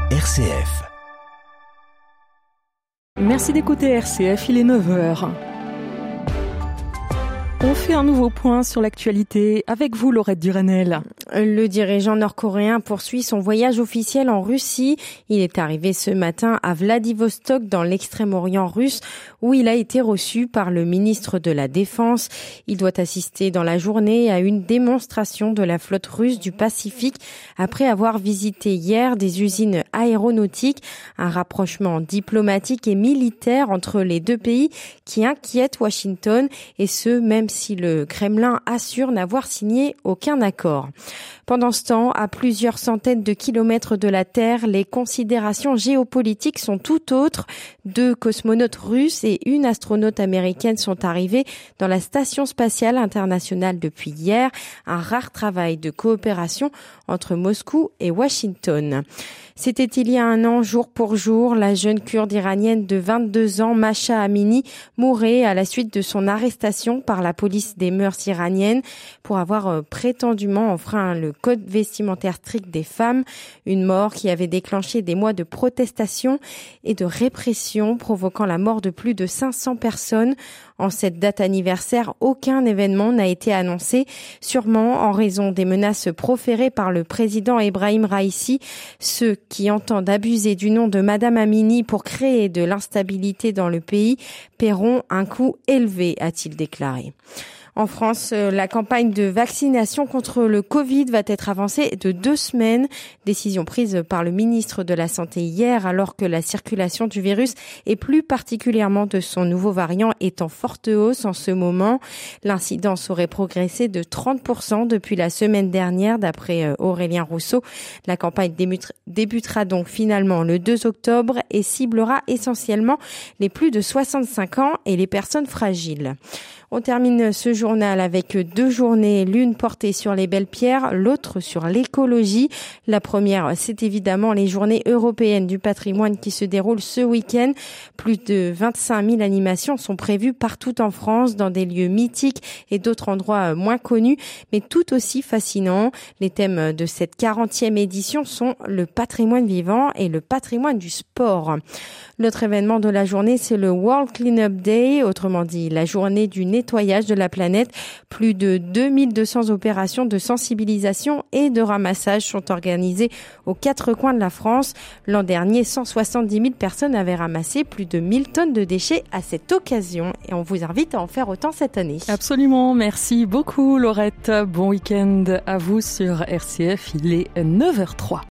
RCF. Merci d'écouter RCF, il est 9h. On fait un nouveau point sur l'actualité avec vous, Laurette Duranel. Le dirigeant nord-coréen poursuit son voyage officiel en Russie. Il est arrivé ce matin à Vladivostok, dans l'extrême-orient russe, où il a été reçu par le ministre de la Défense. Il doit assister dans la journée à une démonstration de la flotte russe du Pacifique après avoir visité hier des usines aéronautiques. Un rapprochement diplomatique et militaire entre les deux pays qui inquiète Washington, et ce, même si le Kremlin assure n'avoir signé aucun accord. Pendant ce temps, à plusieurs centaines de kilomètres de la Terre, les considérations géopolitiques sont tout autres. 2 cosmonautes russes et une astronaute américaine sont arrivés dans la Station spatiale internationale depuis hier. Un rare travail de coopération entre Moscou et Washington. C'était il y a un an, jour pour jour, la jeune Kurde iranienne de 22 ans, Mahsa Amini, mourait à la suite de son arrestation par la police des mœurs iraniennes pour avoir prétendument enfreint le code vestimentaire strict des femmes. Une mort qui avait déclenché des mois de protestation et de répression, provoquant la mort de plus de 500 personnes. En cette date anniversaire, aucun événement n'a été annoncé, sûrement en raison des menaces proférées par le président Ebrahim Raïssi. Ceux qui entendent abuser du nom de Madame Amini pour créer de l'instabilité dans le pays paieront un coût élevé, a-t-il déclaré. En France, la campagne de vaccination contre le Covid va être avancée de 2 semaines. Décision prise par le ministre de la Santé hier, alors que la circulation du virus, et plus particulièrement de son nouveau variant, est en forte hausse en ce moment. L'incidence aurait progressé de 30% depuis la semaine dernière, d'après Aurélien Rousseau. La campagne débutera donc finalement le 2 octobre et ciblera essentiellement les plus de 65 ans et les personnes fragiles. On termine ce journal avec 2 journées, l'une portée sur les belles pierres, l'autre sur l'écologie. La première, c'est évidemment les journées européennes du patrimoine qui se déroulent ce week-end. Plus de 25 000 animations sont prévues partout en France, dans des lieux mythiques et d'autres endroits moins connus, mais tout aussi fascinants. Les thèmes de cette 40e édition sont le patrimoine vivant et le patrimoine du sport. L'autre événement de la journée, c'est le World Cleanup Day, autrement dit la journée du nettoyage de la planète. Plus de 2200 opérations de sensibilisation et de ramassage sont organisées aux 4 coins de la France. L'an dernier, 170 000 personnes avaient ramassé plus de 1000 tonnes de déchets à cette occasion, et on vous invite à en faire autant cette année. Absolument, merci beaucoup Laurette. Bon week-end à vous sur RCF, il est 9h03.